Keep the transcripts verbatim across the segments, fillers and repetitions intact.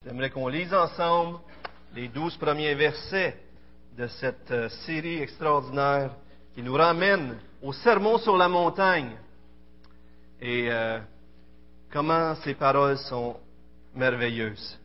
J'aimerais qu'on lise ensemble les douze premiers versets de cette euh, série extraordinaire qui nous ramène au Sermon sur la montagne. Et euh, comment ces paroles sont merveilleuses.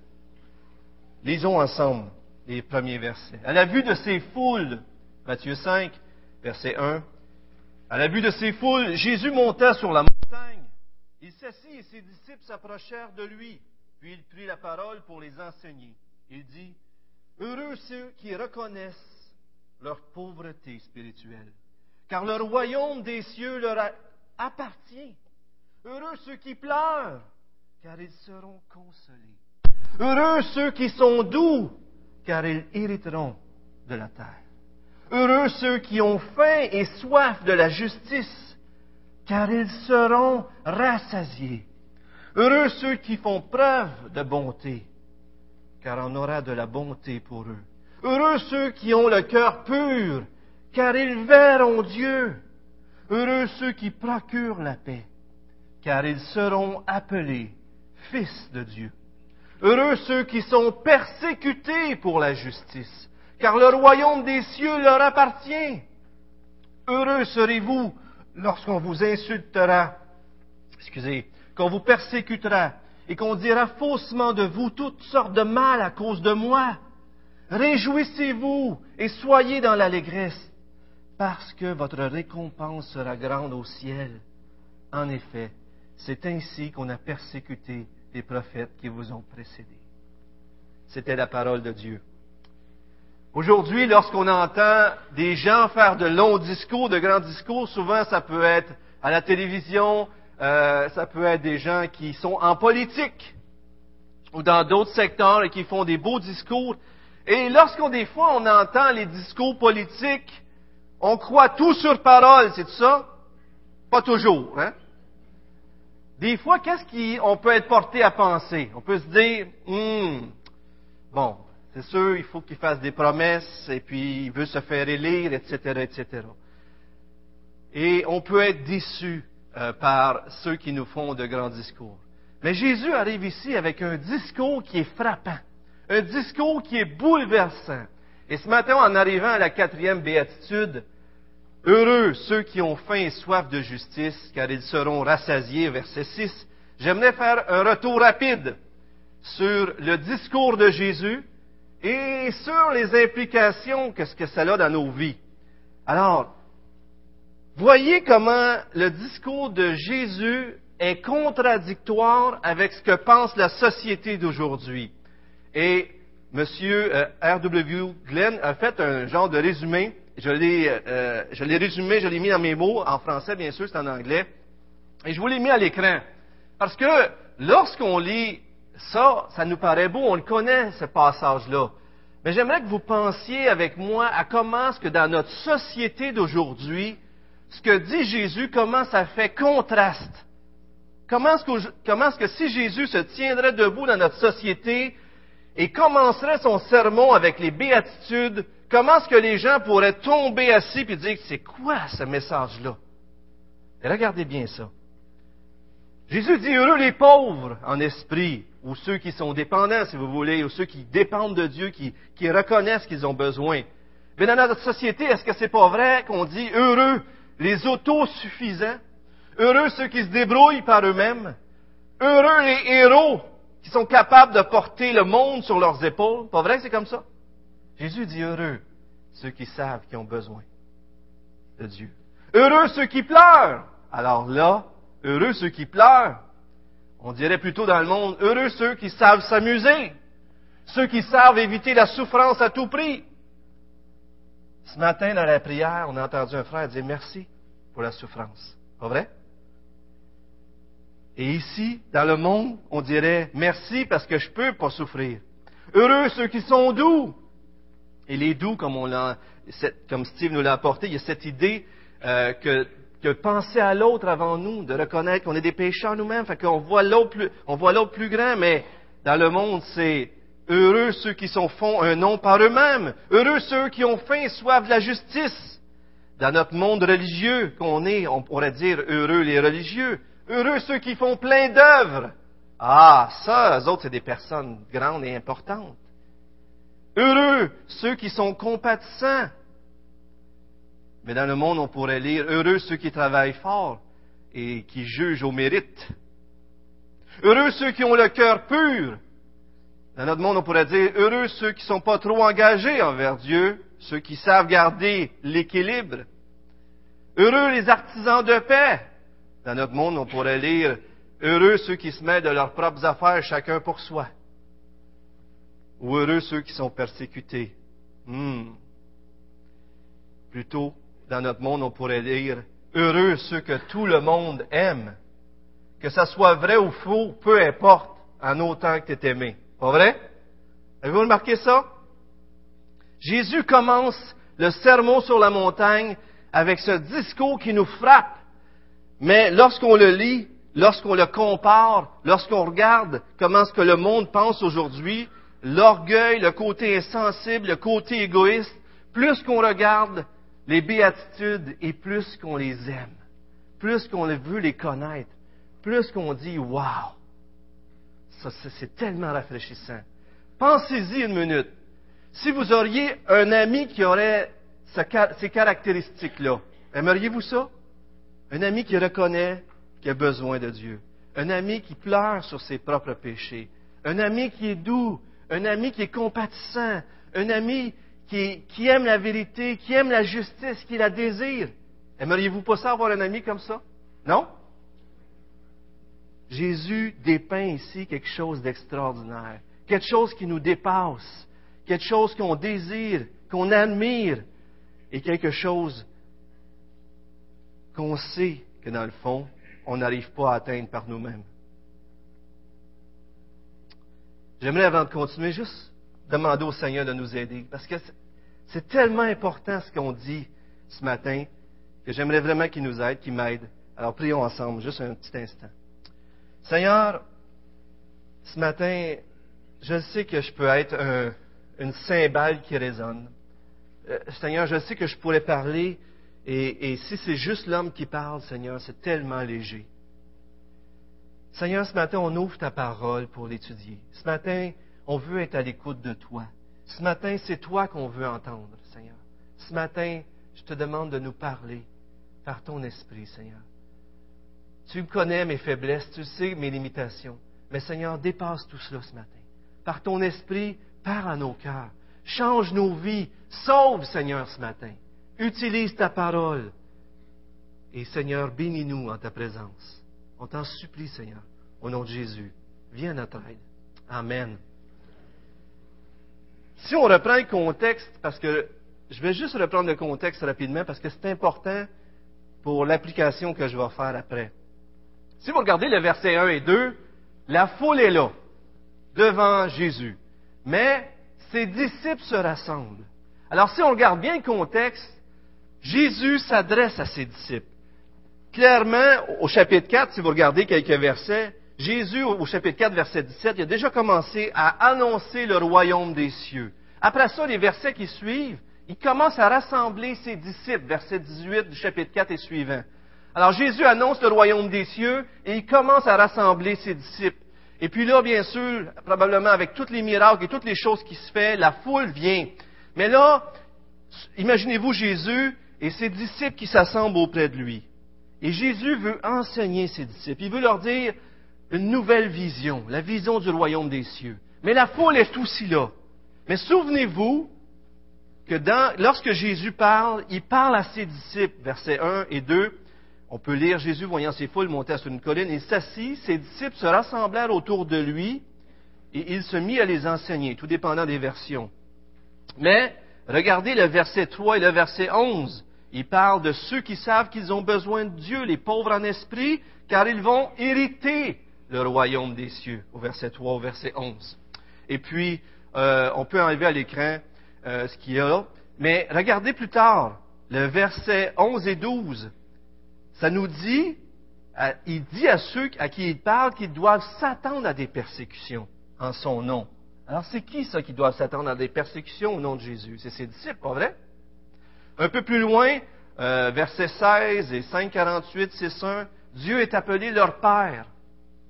Lisons ensemble les premiers versets. À la vue de ces foules, Matthieu cinq, verset un, à la vue de ces foules, Jésus monta sur la montagne. Il s'assit et ses disciples s'approchèrent de lui. Puis il prit la parole pour les enseigner. Il dit, « Heureux ceux qui reconnaissent leur pauvreté spirituelle, car le royaume des cieux leur appartient. Heureux ceux qui pleurent, car ils seront consolés. Heureux ceux qui sont doux, car ils hériteront de la terre. Heureux ceux qui ont faim et soif de la justice, car ils seront rassasiés. Heureux ceux qui font preuve de bonté, car on aura de la bonté pour eux. Heureux ceux qui ont le cœur pur, car ils verront Dieu. Heureux ceux qui procurent la paix, car ils seront appelés fils de Dieu. Heureux ceux qui sont persécutés pour la justice, car le royaume des cieux leur appartient. Heureux serez-vous lorsqu'on vous insultera, excusez, qu'on vous persécutera et qu'on dira faussement de vous toutes sortes de mal à cause de moi. Réjouissez-vous et soyez dans l'allégresse, parce que votre récompense sera grande au ciel. En effet, c'est ainsi qu'on a persécuté les prophètes qui vous ont précédés. C'était la parole de Dieu. Aujourd'hui, lorsqu'on entend des gens faire de longs discours, de grands discours, souvent ça peut être à la télévision, Euh, ça peut être des gens qui sont en politique ou dans d'autres secteurs et qui font des beaux discours. Et lorsqu'on des fois on entend les discours politiques, on croit tout sur parole, c'est ça? Pas toujours, hein? Des fois, qu'est-ce qu'on peut être porté à penser? On peut se dire, hum, bon, c'est sûr, il faut qu'il fasse des promesses et puis il veut se faire élire, et cetera, et cetera. Et on peut être déçu Euh, par ceux qui nous font de grands discours. Mais Jésus arrive ici avec un discours qui est frappant, un discours qui est bouleversant. Et ce matin, en arrivant à la quatrième béatitude, « Heureux ceux qui ont faim et soif de justice, car ils seront rassasiés », verset six, j'aimerais faire un retour rapide sur le discours de Jésus et sur les implications que ce que ça a dans nos vies. Alors, voyez comment le discours de Jésus est contradictoire avec ce que pense la société d'aujourd'hui. Et M. R W Glenn a fait un genre de résumé. Je l'ai, euh, je l'ai résumé, je l'ai mis dans mes mots, en français bien sûr, c'est en anglais. Et je vous l'ai mis à l'écran. Parce que lorsqu'on lit ça, ça nous paraît beau, on le connaît, ce passage-là. Mais j'aimerais que vous pensiez avec moi à comment est-ce que dans notre société d'aujourd'hui, ce que dit Jésus, comment ça fait contraste. Comment est-ce que, comment est-ce que si Jésus se tiendrait debout dans notre société et commencerait son sermon avec les béatitudes, comment est-ce que les gens pourraient tomber assis et dire, c'est quoi ce message-là? Et regardez bien ça. Jésus dit, heureux les pauvres en esprit, ou ceux qui sont dépendants, si vous voulez, ou ceux qui dépendent de Dieu, qui, qui reconnaissent qu'ils ont besoin. Mais dans notre société, est-ce que c'est pas vrai qu'on dit heureux les autosuffisants, heureux ceux qui se débrouillent par eux-mêmes, heureux les héros qui sont capables de porter le monde sur leurs épaules. Pas vrai que c'est comme ça? Jésus dit heureux ceux qui savent qu'ils ont besoin de Dieu. Heureux ceux qui pleurent. Alors là, heureux ceux qui pleurent. On dirait plutôt dans le monde, heureux ceux qui savent s'amuser, ceux qui savent éviter la souffrance à tout prix. Ce matin, dans la prière, on a entendu un frère dire merci pour la souffrance. Pas vrai? Et ici, dans le monde, on dirait merci parce que je peux pas souffrir. Heureux ceux qui sont doux. Et les doux, comme on l'a, comme Steve nous l'a apporté, il y a cette idée euh, que, que penser à l'autre avant nous, de reconnaître qu'on est des pécheurs nous-mêmes, fait qu'on voit l'autre plus, on voit l'autre plus grand, mais dans le monde, c'est heureux ceux qui sont font un nom par eux-mêmes. Heureux ceux qui ont faim et soif de la justice. Dans notre monde religieux qu'on est, on pourrait dire heureux les religieux. Heureux ceux qui font plein d'œuvres Ah, ça, eux autres, c'est des personnes grandes et importantes. Heureux ceux qui sont compatissants. Mais dans le monde, on pourrait lire heureux ceux qui travaillent fort et qui jugent au mérite. Heureux ceux qui ont le cœur pur. Dans notre monde, on pourrait dire heureux ceux qui ne sont pas trop engagés envers Dieu, ceux qui savent garder l'équilibre. Heureux les artisans de paix. Dans notre monde, on pourrait lire heureux ceux qui se mêlent de leurs propres affaires, chacun pour soi. Ou heureux ceux qui sont persécutés. Hmm. Plutôt, dans notre monde, on pourrait lire heureux ceux que tout le monde aime. Que ça soit vrai ou faux, peu importe, en autant que tu es aimé. Pas vrai? Avez-vous remarqué ça? Jésus commence le sermon sur la montagne avec ce discours qui nous frappe. Mais lorsqu'on le lit, lorsqu'on le compare, lorsqu'on regarde comment est-ce que le monde pense aujourd'hui, l'orgueil, le côté insensible, le côté égoïste, plus qu'on regarde les béatitudes et plus qu'on les aime, plus qu'on veut les connaître, plus qu'on dit « Wow! » Ça, c'est tellement rafraîchissant. Pensez-y une minute. Si vous auriez un ami qui aurait ces caractéristiques-là, aimeriez-vous ça? Un ami qui reconnaît qu'il a besoin de Dieu. Un ami qui pleure sur ses propres péchés. Un ami qui est doux. Un ami qui est compatissant. Un ami qui, qui aime la vérité, qui aime la justice, qui la désire. Aimeriez-vous pas ça avoir un ami comme ça? Non? Jésus dépeint ici quelque chose d'extraordinaire. Quelque chose qui nous dépasse. Quelque chose qu'on désire, qu'on admire. Et quelque chose qu'on sait que dans le fond, on n'arrive pas à atteindre par nous-mêmes. J'aimerais, avant de continuer, juste demander au Seigneur de nous aider, parce que c'est tellement important ce qu'on dit ce matin, que j'aimerais vraiment qu'il nous aide, qu'il m'aide. Alors prions ensemble, juste un petit instant. Seigneur, ce matin, je sais que je peux être un, une cymbale qui résonne. Euh, Seigneur, je sais que je pourrais parler, et, et si c'est juste l'homme qui parle, Seigneur, c'est tellement léger. Seigneur, ce matin, on ouvre ta parole pour l'étudier. Ce matin, on veut être à l'écoute de toi. Ce matin, c'est toi qu'on veut entendre, Seigneur. Ce matin, je te demande de nous parler par ton esprit, Seigneur. Tu connais mes faiblesses, tu sais mes limitations. Mais Seigneur, dépasse tout cela ce matin. Par ton esprit, parle à nos cœurs. Change nos vies. Sauve, Seigneur, ce matin. Utilise ta parole. Et Seigneur, bénis-nous en ta présence. On t'en supplie, Seigneur, au nom de Jésus. Viens à notre aide. Amen. Si on reprend le contexte, parce que je vais juste reprendre le contexte rapidement, parce que c'est important pour l'application que je vais faire après. Si vous regardez le verset un et deux, la foule est là, devant Jésus. Mais ses disciples se rassemblent. Alors si on regarde bien le contexte, Jésus s'adresse à ses disciples. Clairement, au chapitre quatre, si vous regardez quelques versets, Jésus, au chapitre quatre, verset dix-sept, il a déjà commencé à annoncer le royaume des cieux. Après ça, les versets qui suivent, il commence à rassembler ses disciples, verset dix-huit du chapitre quatre et suivant. Alors Jésus annonce le royaume des cieux et il commence à rassembler ses disciples. Et puis là, bien sûr, probablement avec tous les miracles et toutes les choses qui se font, la foule vient. Mais là, imaginez-vous Jésus et ses disciples qui s'assemblent auprès de lui. Et Jésus veut enseigner ses disciples. Il veut leur dire une nouvelle vision, la vision du royaume des cieux. Mais la foule est aussi là. Mais souvenez-vous que dans, lorsque Jésus parle, il parle à ses disciples, versets un et deux. On peut lire Jésus, voyant ses foules monter sur une colline, il s'assit, ses disciples se rassemblèrent autour de lui et il se mit à les enseigner, tout dépendant des versions. Mais regardez le verset trois et le verset onze. Il parle de ceux qui savent qu'ils ont besoin de Dieu, les pauvres en esprit, car ils vont hériter le royaume des cieux, au verset trois, au verset onze. Et puis, euh, on peut enlever à l'écran euh, ce qu'il y a là. Mais regardez plus tard, le verset onze et douze. Ça nous dit, euh, il dit à ceux à qui il parle qu'ils doivent s'attendre à des persécutions en son nom. Alors, c'est qui ça qui doivent s'attendre à des persécutions au nom de Jésus? C'est ses disciples, pas vrai? Un peu plus loin, euh, versets seize et cinq quarante-huit, six un, Dieu est appelé leur Père.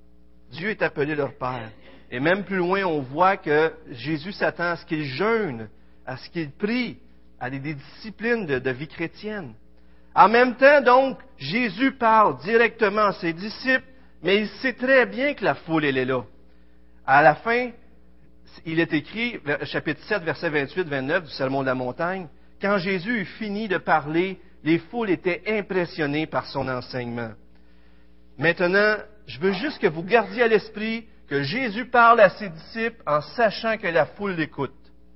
Dieu est appelé leur Père. Et même plus loin, on voit que Jésus s'attend à ce qu'ils jeûnent, à ce qu'ils prient, à des, des disciplines de, de vie chrétienne. En même temps, donc, Jésus parle directement à ses disciples, mais il sait très bien que la foule, elle est là. À la fin, il est écrit, chapitre sept, versets vingt-huit vingt-neuf du Sermon de la montagne, quand Jésus eut fini de parler, les foules étaient impressionnées par son enseignement. Maintenant, je veux juste que vous gardiez à l'esprit que Jésus parle à ses disciples en sachant que la foule l'écoute.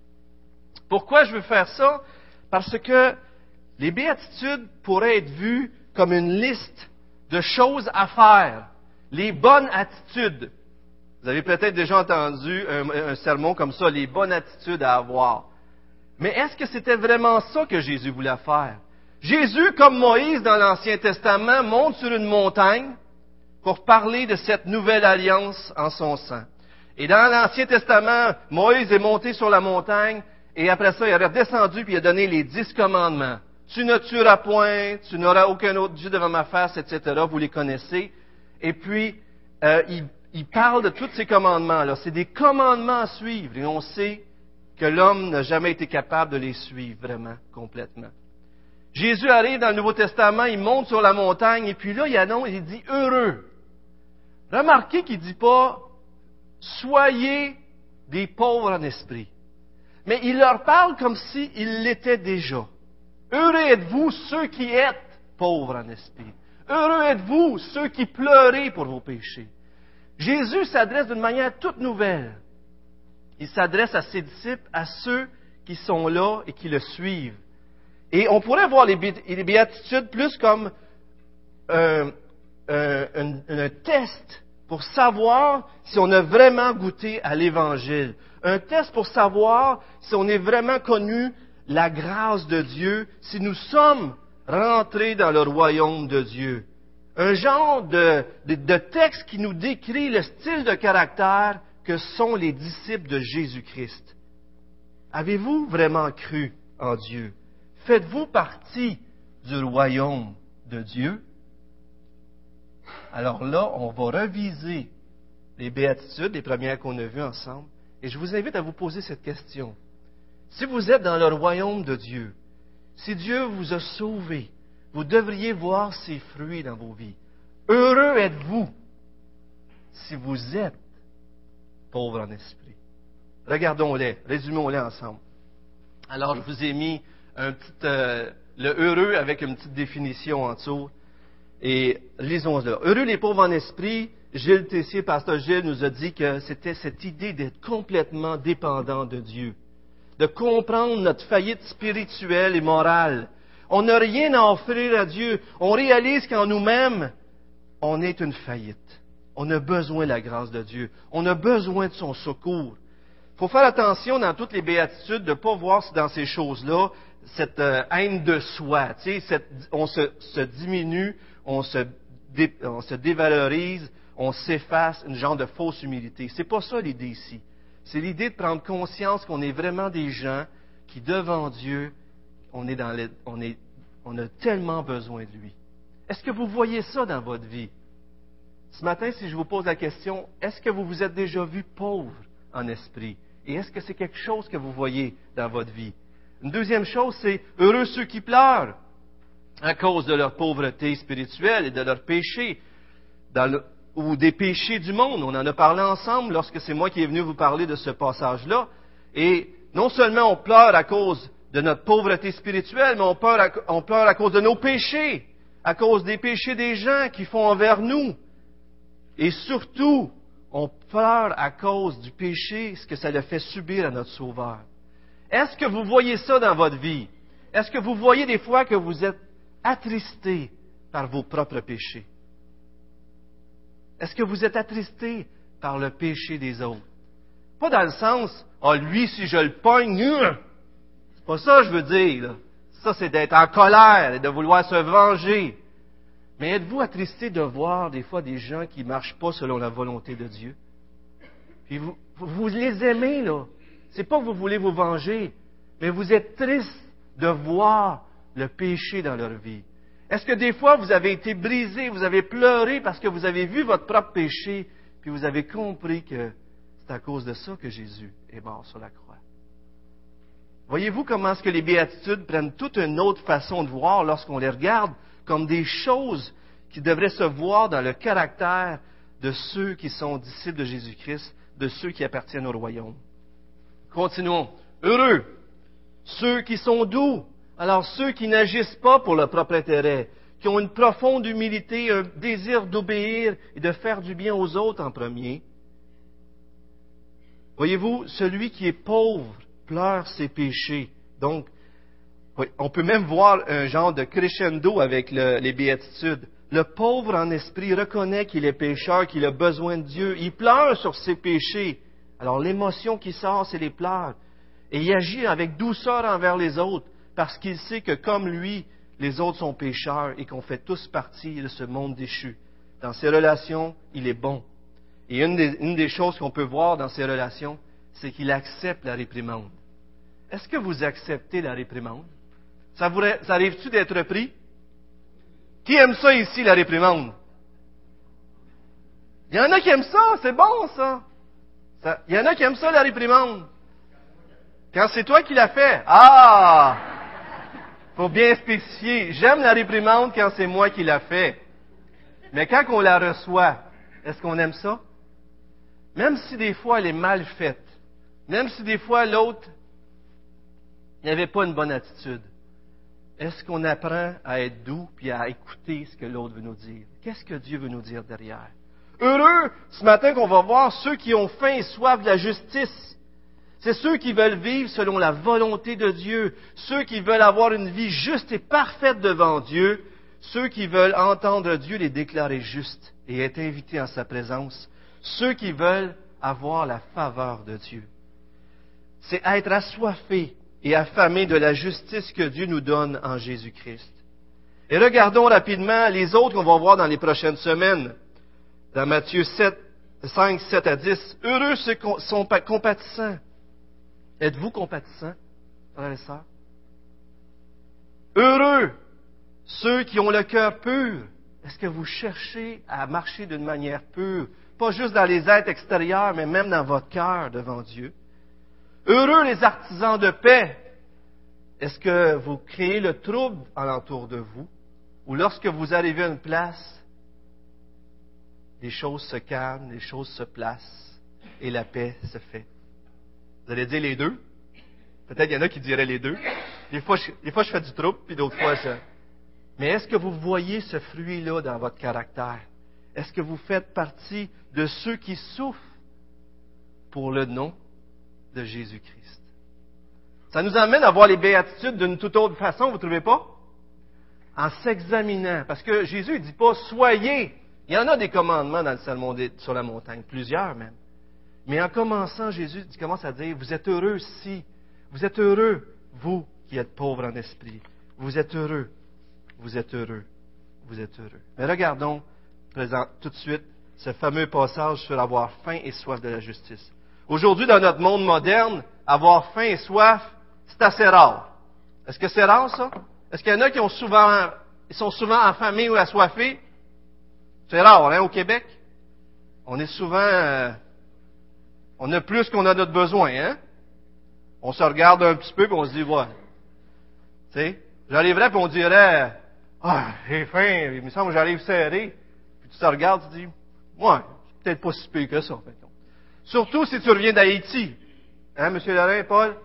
Pourquoi je veux faire ça? Parce que les béatitudes pourraient être vues comme une liste de choses à faire, les bonnes attitudes. Vous avez peut-être déjà entendu un, un sermon comme ça, les bonnes attitudes à avoir. Mais est-ce que c'était vraiment ça que Jésus voulait faire? Jésus, comme Moïse dans l'Ancien Testament, monte sur une montagne pour parler de cette nouvelle alliance en son sang. Et dans l'Ancien Testament, Moïse est monté sur la montagne et après ça, il est redescendu puis il a donné les dix commandements. Tu ne tueras point, tu n'auras aucun autre Dieu devant ma face, et cetera. Vous les connaissez. Et puis, euh, il, il parle de tous ces commandements-là. C'est des commandements à suivre et on sait que l'homme n'a jamais été capable de les suivre vraiment, complètement. Jésus arrive dans le Nouveau Testament, il monte sur la montagne et puis là, il annonce, il dit « heureux ». Remarquez qu'il ne dit pas « soyez des pauvres en esprit ». Mais il leur parle comme s'ils l'étaient déjà. Heureux êtes-vous ceux qui êtes pauvres en esprit. Heureux êtes-vous ceux qui pleurez pour vos péchés. Jésus s'adresse d'une manière toute nouvelle. Il s'adresse à ses disciples, à ceux qui sont là et qui le suivent. Et on pourrait voir les, bé- les béatitudes plus comme un, un, un, un test pour savoir si on a vraiment goûté à l'Évangile. Un test pour savoir si on est vraiment connu la grâce de Dieu, si nous sommes rentrés dans le royaume de Dieu. Un genre de, de, de texte qui nous décrit le style de caractère que sont les disciples de Jésus-Christ. Avez-vous vraiment cru en Dieu? Faites-vous partie du royaume de Dieu? Alors là, on va reviser les béatitudes, les premières qu'on a vues ensemble, et je vous invite à vous poser cette question. Si vous êtes dans le royaume de Dieu, si Dieu vous a sauvé, vous devriez voir ses fruits dans vos vies. Heureux êtes-vous si vous êtes pauvre en esprit. Regardons-les, résumons-les ensemble. Alors, je vous ai mis un petit, euh, le heureux avec une petite définition en dessous. Et lisons-le. Heureux les pauvres en esprit, Gilles Tessier, pasteur Gilles, nous a dit que c'était cette idée d'être complètement dépendant de Dieu, de comprendre notre faillite spirituelle et morale. On n'a rien à offrir à Dieu. On réalise qu'en nous-mêmes, on est une faillite. On a besoin de la grâce de Dieu. On a besoin de son secours. Il faut faire attention dans toutes les béatitudes de ne pas voir dans ces choses-là cette euh, haine de soi. Tu sais, cette, on se, se diminue, on se, dé, on se dévalorise, on s'efface, une genre de fausse humilité. C'est pas ça l'idée ici. C'est l'idée de prendre conscience qu'on est vraiment des gens qui, devant Dieu, on, est dans les, on, est, on a tellement besoin de lui. Est-ce que vous voyez ça dans votre vie? Ce matin, si je vous pose la question, est-ce que vous vous êtes déjà vu pauvre en esprit? Et est-ce que c'est quelque chose que vous voyez dans votre vie? Une deuxième chose, c'est heureux ceux qui pleurent à cause de leur pauvreté spirituelle et de leurs péchés, dans le, ou des péchés du monde. On en a parlé ensemble lorsque c'est moi qui est venu vous parler de ce passage-là. Et non seulement on pleure à cause de notre pauvreté spirituelle, mais on pleure à, on pleure à cause de nos péchés, à cause des péchés des gens qui font envers nous. Et surtout, on pleure à cause du péché, ce que ça le fait subir à notre Sauveur. Est-ce que vous voyez ça dans votre vie? Est-ce que vous voyez des fois que vous êtes attristé par vos propres péchés? Est-ce que vous êtes attristé par le péché des autres? Pas dans le sens, « Ah, lui, si je le pogne, euh, c'est pas ça que je veux dire. Là. Ça, c'est d'être en colère et de vouloir se venger. Mais êtes-vous attristé de voir des fois des gens qui ne marchent pas selon la volonté de Dieu? Puis vous, vous, vous les aimez, là. C'est pas que vous voulez vous venger, mais vous êtes triste de voir le péché dans leur vie. Est-ce que des fois vous avez été brisé, vous avez pleuré parce que vous avez vu votre propre péché, puis vous avez compris que c'est à cause de ça que Jésus est mort sur la croix. Voyez-vous comment est-ce que les béatitudes prennent toute une autre façon de voir lorsqu'on les regarde comme des choses qui devraient se voir dans le caractère de ceux qui sont disciples de Jésus-Christ, de ceux qui appartiennent au royaume. Continuons. Heureux, ceux qui sont doux, alors ceux qui n'agissent pas pour leur propre intérêt, qui ont une profonde humilité, un désir d'obéir et de faire du bien aux autres en premier. Voyez-vous, celui qui est pauvre pleure ses péchés. Donc, on peut même voir un genre de crescendo avec le, les béatitudes. Le pauvre en esprit reconnaît qu'il est pécheur, qu'il a besoin de Dieu. Il pleure sur ses péchés. Alors l'émotion qui sort, c'est les pleurs. Et il agit avec douceur envers les autres, parce qu'il sait que comme lui, les autres sont pécheurs et qu'on fait tous partie de ce monde déchu. Dans ses relations, il est bon. Et une des, une des choses qu'on peut voir dans ses relations, c'est qu'il accepte la réprimande. Est-ce que vous acceptez la réprimande? Ça, vous, ça arrive-tu d'être repris? Qui aime ça ici, la réprimande? Il y en a qui aiment ça, c'est bon ça. ça. Il y en a qui aiment ça, la réprimande. Quand c'est toi qui l'as fait. Ah! Faut bien spécifier. J'aime la réprimande quand c'est moi qui l'a fait. Mais quand on la reçoit, est-ce qu'on aime ça? Même si des fois elle est mal faite, même si des fois l'autre n'avait pas une bonne attitude, est-ce qu'on apprend à être doux puis à écouter ce que l'autre veut nous dire? Qu'est-ce que Dieu veut nous dire derrière? Heureux, ce matin qu'on va voir, ceux qui ont faim et soif de la justice. C'est ceux qui veulent vivre selon la volonté de Dieu, ceux qui veulent avoir une vie juste et parfaite devant Dieu, ceux qui veulent entendre Dieu les déclarer justes et être invités en sa présence, ceux qui veulent avoir la faveur de Dieu. C'est être assoiffé et affamé de la justice que Dieu nous donne en Jésus-Christ. Et regardons rapidement les autres qu'on va voir dans les prochaines semaines. Dans Matthieu sept, cinq, sept à dix. Heureux ceux qui sont compatissants. Êtes-vous compatissants, frères et sœurs? Heureux ceux qui ont le cœur pur. Est-ce que vous cherchez à marcher d'une manière pure? Pas juste dans les êtres extérieurs, mais même dans votre cœur devant Dieu. Heureux les artisans de paix. Est-ce que vous créez le trouble alentour de vous? Ou lorsque vous arrivez à une place, les choses se calment, les choses se placent et la paix se fait? Vous allez dire les deux? Peut-être qu'il y en a qui diraient les deux. Des fois, je, des fois, je fais du trouble, puis d'autres fois, je... Mais est-ce que vous voyez ce fruit-là dans votre caractère? Est-ce que vous faites partie de ceux qui souffrent pour le nom de Jésus-Christ? Ça nous amène à voir les béatitudes d'une toute autre façon, vous ne trouvez pas? En s'examinant. Parce que Jésus ne dit pas « soyez ». Il y en a des commandements dans le sermon sur la montagne, plusieurs même. Mais en commençant, Jésus commence à dire « vous êtes heureux si, vous êtes heureux, vous qui êtes pauvres en esprit. Vous êtes heureux, vous êtes heureux, vous êtes heureux. » Mais regardons présent, tout de suite ce fameux passage sur avoir faim et soif de la justice. Aujourd'hui, dans notre monde moderne, avoir faim et soif, c'est assez rare. Est-ce que c'est rare, ça? Est-ce qu'il y en a qui ont souvent, ils sont souvent affamés ou assoiffés? C'est rare, hein, au Québec? On est souvent... Euh, on a plus qu'on a notre besoin, hein? On se regarde un petit peu, puis on se dit, ouais. Tu sais, j'arriverais, puis on dirait, ah, j'ai faim, il me semble que j'arrive serré. Puis tu te regardes, tu te dis, ouais, c'est peut-être pas si pire que ça, en fait. Surtout si tu reviens d'Haïti. Hein, M. Lorrain, Paul?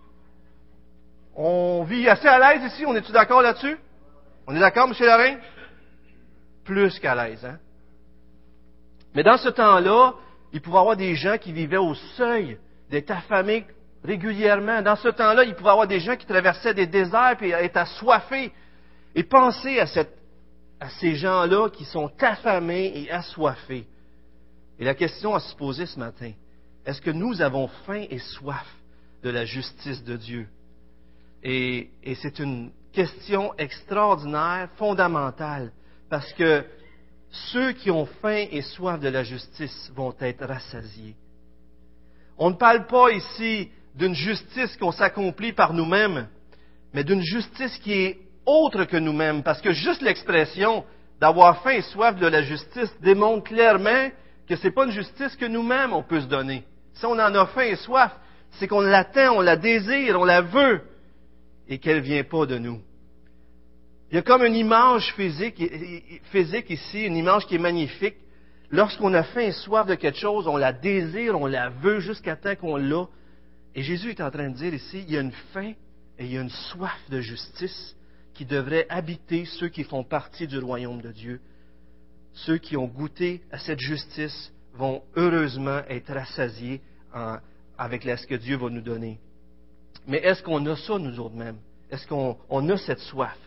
On vit assez à l'aise ici, on est-tu d'accord là-dessus? On est d'accord, M. Lorrain? Plus qu'à l'aise, hein? Mais dans ce temps-là, il pouvait y avoir des gens qui vivaient au seuil d'être affamés régulièrement. Dans ce temps-là, il pouvait y avoir des gens qui traversaient des déserts et étaient assoiffés. Et pensez à, cette, à ces gens-là qui sont affamés et assoiffés. Et la question à se poser ce matin, est-ce que nous avons faim et soif de la justice de Dieu? Et, et c'est une question extraordinaire, fondamentale, parce que ceux qui ont faim et soif de la justice vont être rassasiés. On ne parle pas ici d'une justice qu'on s'accomplit par nous-mêmes, mais d'une justice qui est autre que nous-mêmes, parce que juste l'expression d'avoir faim et soif de la justice démontre clairement que c'est pas une justice que nous-mêmes on peut se donner. Si on en a faim et soif, c'est qu'on l'attend, on la désire, on la veut, et qu'elle vient pas de nous. Il y a comme une image physique, physique ici, une image qui est magnifique. Lorsqu'on a faim et soif de quelque chose, on la désire, on la veut jusqu'à temps qu'on l'a. Et Jésus est en train de dire ici, il y a une faim et il y a une soif de justice qui devrait habiter ceux qui font partie du royaume de Dieu. Ceux qui ont goûté à cette justice vont heureusement être rassasiés en, avec ce que Dieu va nous donner. Mais est-ce qu'on a ça nous autres mêmes? Est-ce qu'on on a cette soif?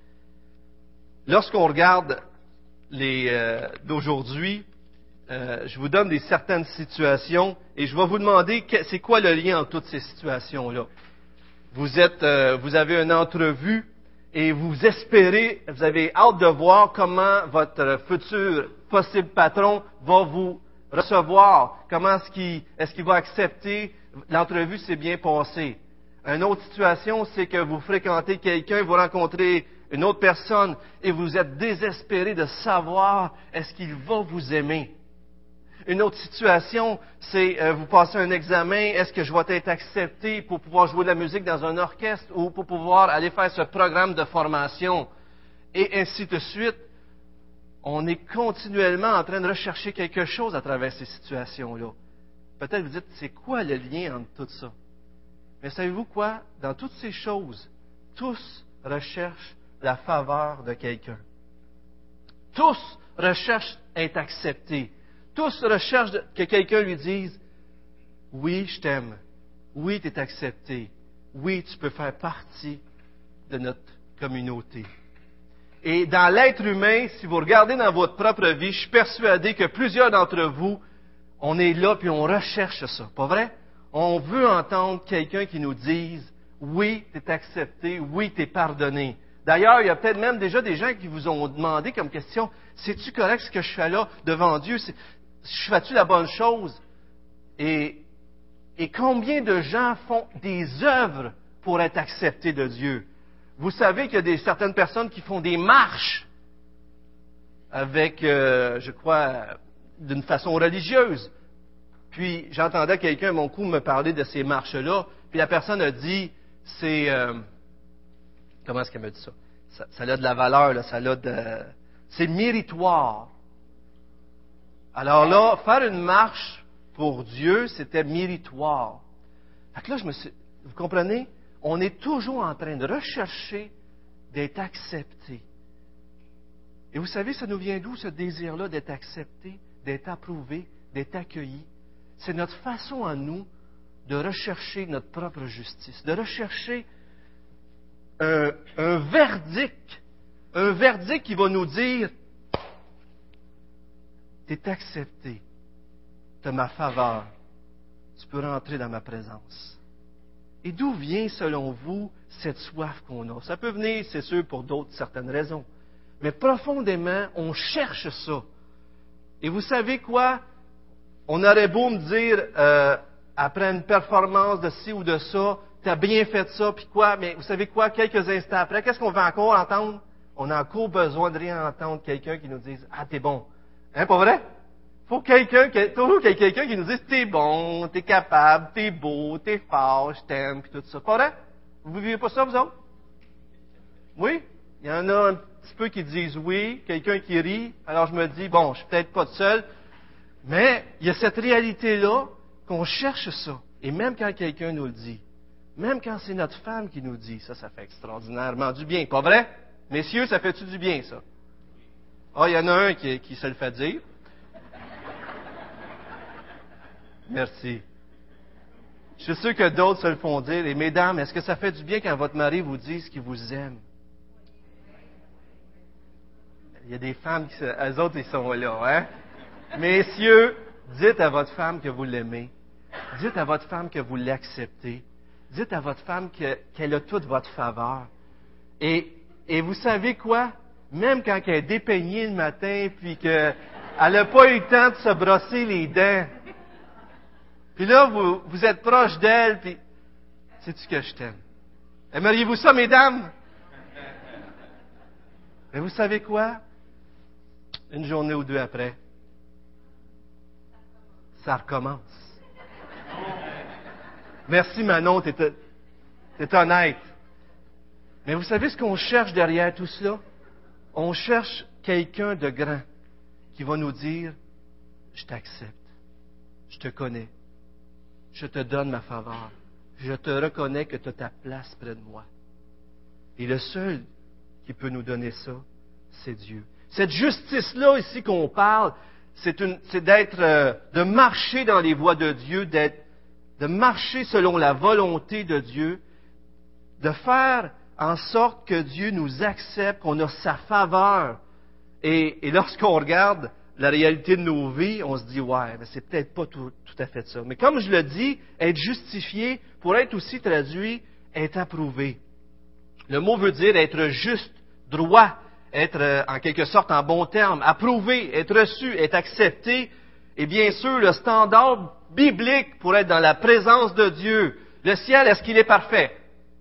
Lorsqu'on regarde les euh, d'aujourd'hui, euh, je vous donne des certaines situations et je vais vous demander que, c'est quoi le lien entre toutes ces situations-là. Vous êtes, euh, vous avez une entrevue et vous espérez, vous avez hâte de voir comment votre futur possible patron va vous recevoir. Comment est-ce qu'il, est-ce qu'il va accepter? L'entrevue s'est bien passée. Une autre situation, c'est que vous fréquentez quelqu'un, vous rencontrez une autre personne et vous êtes désespéré de savoir est-ce qu'il va vous aimer. Une autre situation, c'est euh, vous passez un examen, est-ce que je vais être accepté pour pouvoir jouer de la musique dans un orchestre ou pour pouvoir aller faire ce programme de formation et ainsi de suite. On est continuellement en train de rechercher quelque chose à travers ces situations-là. Peut-être vous dites, c'est quoi le lien entre tout ça? Mais savez-vous quoi? Dans toutes ces choses, tous recherchent la faveur de quelqu'un. Tous recherchent à être acceptés. Tous recherchent que quelqu'un lui dise « Oui, je t'aime. Oui, tu es accepté. Oui, tu peux faire partie de notre communauté. » Et dans l'être humain, si vous regardez dans votre propre vie, je suis persuadé que plusieurs d'entre vous, on est là puis on recherche ça. Pas vrai? On veut entendre quelqu'un qui nous dise « Oui, tu es accepté. Oui, tu es pardonné. » D'ailleurs, il y a peut-être même déjà des gens qui vous ont demandé comme question « C'est-tu correct ce que je fais là devant Dieu? C'est, je fais-tu la bonne chose? » Et, et combien de gens font des œuvres pour être acceptés de Dieu? Vous savez qu'il y a des, certaines personnes qui font des marches avec, euh, je crois, d'une façon religieuse. Puis j'entendais quelqu'un, à mon coup, me parler de ces marches-là. Puis la personne a dit, c'est... Euh, comment est-ce qu'elle me dit ça? ça? Ça a de la valeur, là, ça a de... C'est méritoire. Alors là, faire une marche pour Dieu, c'était méritoire. Fait que là, je me suis... Vous comprenez? On est toujours en train de rechercher d'être accepté. Et vous savez, ça nous vient d'où, ce désir-là d'être accepté, d'être approuvé, d'être accueilli? C'est notre façon à nous de rechercher notre propre justice, de rechercher un, un verdict, un verdict qui va nous dire « Tu es accepté, tu as ma faveur, tu peux rentrer dans ma présence. » Et d'où vient, selon vous, cette soif qu'on a? Ça peut venir, c'est sûr, pour d'autres, certaines raisons. Mais profondément, on cherche ça. Et vous savez quoi? On aurait beau me dire, euh, après une performance de ci ou de ça, tu as bien fait ça, puis quoi? Mais vous savez quoi? Quelques instants après, qu'est-ce qu'on va encore entendre? On a encore besoin de réentendre quelqu'un qui nous dise, « Ah, t'es bon. » Hein, pas vrai? Faut quelqu'un, toujours qu'il y ait quelqu'un qui nous dise, « T'es bon, t'es capable, t'es beau, t'es fort, je t'aime, puis tout ça. » Pas vrai? Vous ne vivez pas ça, vous autres? Oui? Il y en a un petit peu qui disent oui, quelqu'un qui rit. Alors je me dis, bon, je suis peut-être pas seul. Mais il y a cette réalité-là qu'on cherche ça. Et même quand quelqu'un nous le dit, même quand c'est notre femme qui nous dit, ça, ça fait extraordinairement du bien. Pas vrai? Messieurs, ça fait-tu du bien, ça? Ah, il y en a un qui, qui se le fait dire. Merci. Je suis sûr que d'autres se le font dire. Et mesdames, est-ce que ça fait du bien quand votre mari vous dise qu'il vous aime? Il y a des femmes qui, elles autres, ils sont là, hein? Messieurs, dites à votre femme que vous l'aimez. Dites à votre femme que vous l'acceptez. Dites à votre femme que, qu'elle a toute votre faveur. Et, et vous savez quoi? Même quand elle est dépeignée le matin, puis qu'elle n'a pas eu le temps de se brosser les dents, puis là, vous, vous êtes proche d'elle, puis sais-tu que je t'aime? Aimeriez-vous ça, mesdames? Mais vous savez quoi? Une journée ou deux après, ça recommence. Merci Manon, t'es, t'es honnête. Mais vous savez ce qu'on cherche derrière tout cela? On cherche quelqu'un de grand qui va nous dire, je t'accepte, je te connais, je te donne ma faveur, je te reconnais que tu as ta place près de moi. Et le seul qui peut nous donner ça, c'est Dieu. Cette justice-là ici qu'on parle, c'est, une, c'est d'être, euh, de marcher dans les voies de Dieu, d'être, de marcher selon la volonté de Dieu, de faire en sorte que Dieu nous accepte, qu'on a sa faveur. Et, et lorsqu'on regarde la réalité de nos vies, on se dit, ouais, mais c'est peut-être pas tout, tout à fait ça. Mais comme je le dis, être justifié, pour être aussi traduit, être approuvé. Le mot veut dire être juste, droit, être euh, en quelque sorte en bon terme, approuvé, être reçu, être accepté. Et bien sûr, le standard biblique pour être dans la présence de Dieu. Le ciel, est-ce qu'il est parfait?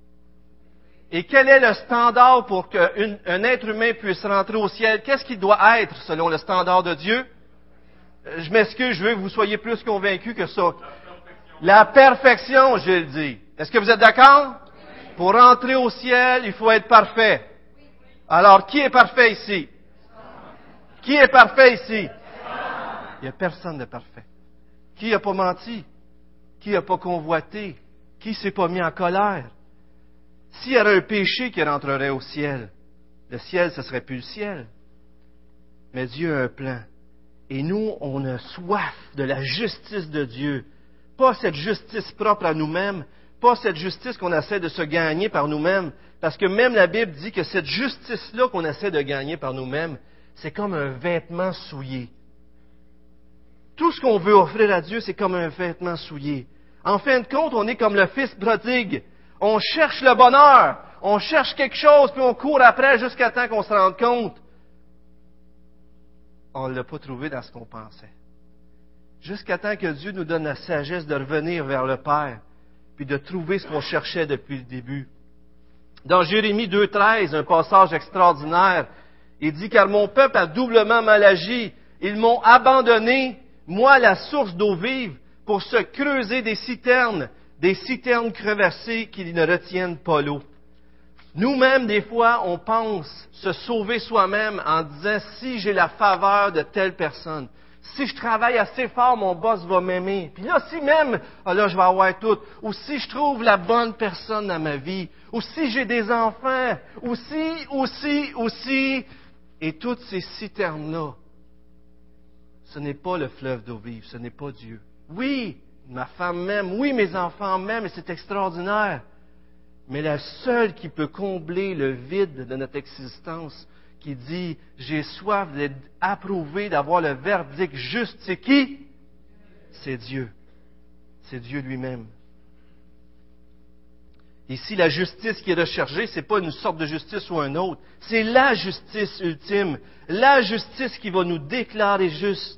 Et quel est le standard pour qu'un être humain puisse rentrer au ciel? Qu'est-ce qu'il doit être selon le standard de Dieu? Je m'excuse, je veux que vous soyez plus convaincus que ça. La perfection, je le dis. Est-ce que vous êtes d'accord? Pour rentrer au ciel, il faut être parfait. Alors, qui est parfait ici? Qui est parfait ici? Il n'y a personne de parfait. Qui n'a pas menti? Qui n'a pas convoité? Qui ne s'est pas mis en colère? S'il y avait un péché qui rentrerait au ciel, le ciel, ce ne serait plus le ciel. Mais Dieu a un plan. Et nous, on a soif de la justice de Dieu. Pas cette justice propre à nous-mêmes, pas cette justice qu'on essaie de se gagner par nous-mêmes. Parce que même la Bible dit que cette justice-là qu'on essaie de gagner par nous-mêmes, c'est comme un vêtement souillé. Tout ce qu'on veut offrir à Dieu, c'est comme un vêtement souillé. En fin de compte, on est comme le fils prodigue. On cherche le bonheur, on cherche quelque chose, puis on court après jusqu'à temps qu'on se rende compte. On ne l'a pas trouvé dans ce qu'on pensait. Jusqu'à temps que Dieu nous donne la sagesse de revenir vers le Père, puis de trouver ce qu'on cherchait depuis le début. Dans Jérémie deux treize, un passage extraordinaire, il dit « Car mon peuple a doublement mal agi, ils m'ont abandonné, moi la source d'eau vive, pour se creuser des citernes, des citernes crevassées qui ne retiennent pas l'eau. » Nous-mêmes, des fois, on pense se sauver soi-même en disant « Si j'ai la faveur de telle personne, si je travaille assez fort, mon boss va m'aimer. Puis là, si même, ah là, je vais avoir tout. Ou si je trouve la bonne personne dans ma vie. Ou si j'ai des enfants. Ou si, ou si, ou si. » Et toutes ces citernes-là, ce n'est pas le fleuve d'eau vive, ce n'est pas Dieu. Oui, ma femme m'aime, oui, mes enfants m'aiment, et c'est extraordinaire. Mais la seule qui peut combler le vide de notre existence, qui dit « J'ai soif d'être approuvé, d'avoir le verdict juste », c'est qui? C'est Dieu. C'est Dieu lui-même. Ici, la justice qui est recherchée, ce n'est pas une sorte de justice ou un autre. C'est la justice ultime. La justice qui va nous déclarer justes.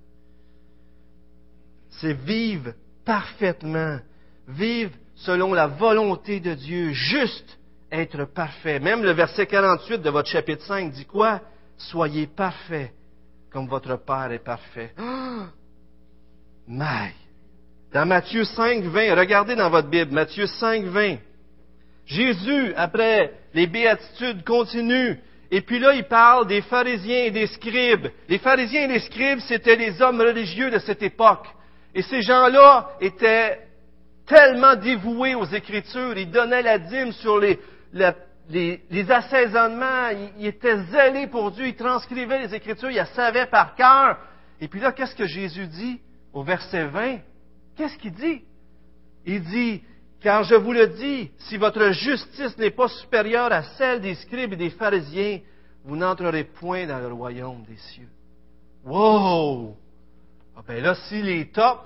C'est vivre parfaitement. Vivre selon la volonté de Dieu. Juste être parfait. Même le verset quarante-huit de votre chapitre cinq dit quoi? Soyez parfaits comme votre Père est parfait. Oh! Maï! Dans Matthieu cinq, vingt, regardez dans votre Bible, Matthieu cinq, vingt. Jésus, après les béatitudes, continue. Et puis là, il parle des pharisiens et des scribes. Les pharisiens et les scribes, c'était les hommes religieux de cette époque. Et ces gens-là étaient tellement dévoués aux Écritures. Ils donnaient la dîme sur les, la, les, les assaisonnements. Ils, ils étaient zélés pour Dieu. Ils transcrivaient les Écritures. Ils les savaient par cœur. Et puis là, qu'est-ce que Jésus dit au verset vingt? Qu'est-ce qu'il dit? Il dit... Car je vous le dis, si votre justice n'est pas supérieure à celle des scribes et des pharisiens, vous n'entrerez point dans le royaume des cieux. Wow! Ah ben là, s'il est top,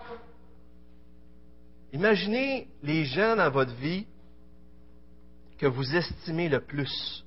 imaginez les gens dans votre vie que vous estimez le plus.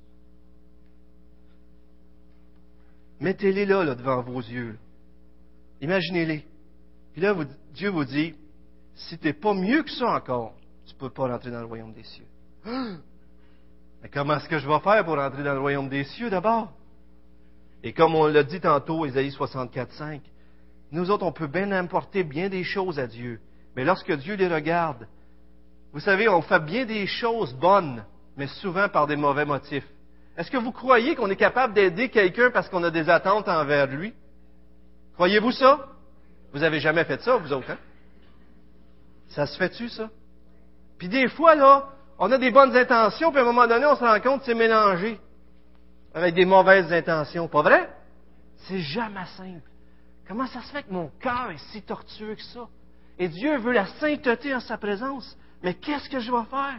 Mettez-les là, là, devant vos yeux. Imaginez-les. Puis là, vous, Dieu vous dit, si tu n'es pas mieux que ça encore, tu ne peux pas rentrer dans le royaume des cieux. Mais comment est-ce que je vais faire pour rentrer dans le royaume des cieux d'abord? Et comme on l'a dit tantôt, Ésaïe soixante-quatre, cinq, Nous autres, on peut bien apporter bien des choses à Dieu. Mais lorsque Dieu les regarde, vous savez, on fait bien des choses bonnes, mais souvent par des mauvais motifs. Est-ce que vous croyez qu'on est capable d'aider quelqu'un parce qu'on a des attentes envers lui? Croyez-vous ça? Vous avez jamais fait ça, vous autres, hein? Ça se fait-tu, ça? Puis des fois, là, on a des bonnes intentions, puis à un moment donné, on se rend compte que c'est mélangé avec des mauvaises intentions. Pas vrai? C'est jamais simple. Comment ça se fait que mon cœur est si tortueux que ça? Et Dieu veut la sainteté en sa présence. Mais qu'est-ce que je vais faire?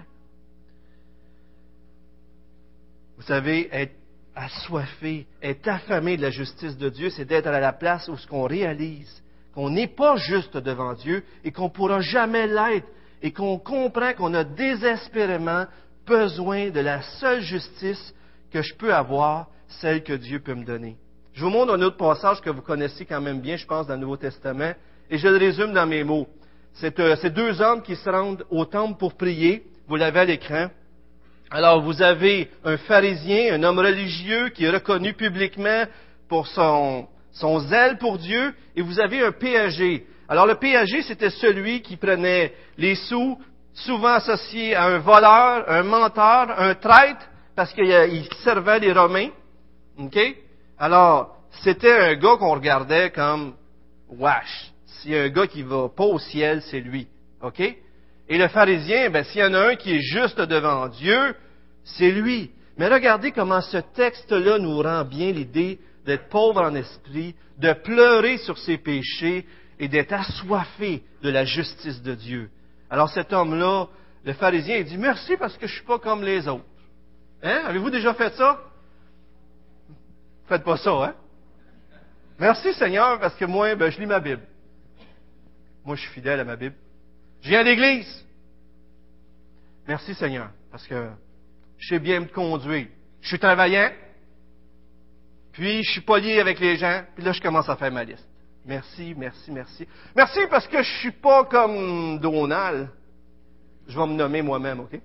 Vous savez, être assoiffé, être affamé de la justice de Dieu, c'est d'être à la place où ce qu'on réalise qu'on n'est pas juste devant Dieu et qu'on ne pourra jamais l'être et qu'on comprend qu'on a désespérément besoin de la seule justice que je peux avoir, celle que Dieu peut me donner. Je vous montre un autre passage que vous connaissez quand même bien, je pense, dans le Nouveau Testament, et je le résume dans mes mots. C'est euh, ces deux hommes qui se rendent au temple pour prier, vous l'avez à l'écran. Alors, vous avez un pharisien, un homme religieux qui est reconnu publiquement pour son, son zèle pour Dieu, et vous avez un péager. Alors, le péager, c'était celui qui prenait les sous, souvent associé à un voleur, un menteur, un traître, parce qu'il servait les Romains. OK? Alors, c'était un gars qu'on regardait comme « wesh ». S'il y a un gars qui va pas au ciel, c'est lui. OK? Et le pharisien, ben, s'il y en a un qui est juste devant Dieu, c'est lui. Mais regardez comment ce texte-là nous rend bien l'idée d'être pauvre en esprit, de pleurer sur ses péchés et d'être assoiffé de la justice de Dieu. Alors cet homme-là, le pharisien, il dit « Merci parce que je suis pas comme les autres. » Hein? Avez-vous déjà fait ça? Faites pas ça, hein? Merci Seigneur parce que moi, ben, je lis ma Bible. Moi, je suis fidèle à ma Bible. Je viens à l'église. Merci Seigneur, parce que je sais bien me conduire. Je suis travaillant, puis je suis poli avec les gens, puis là, je commence à faire ma liste. Merci, merci, merci. Merci parce que je suis pas comme Donald. Je vais me nommer moi-même, OK?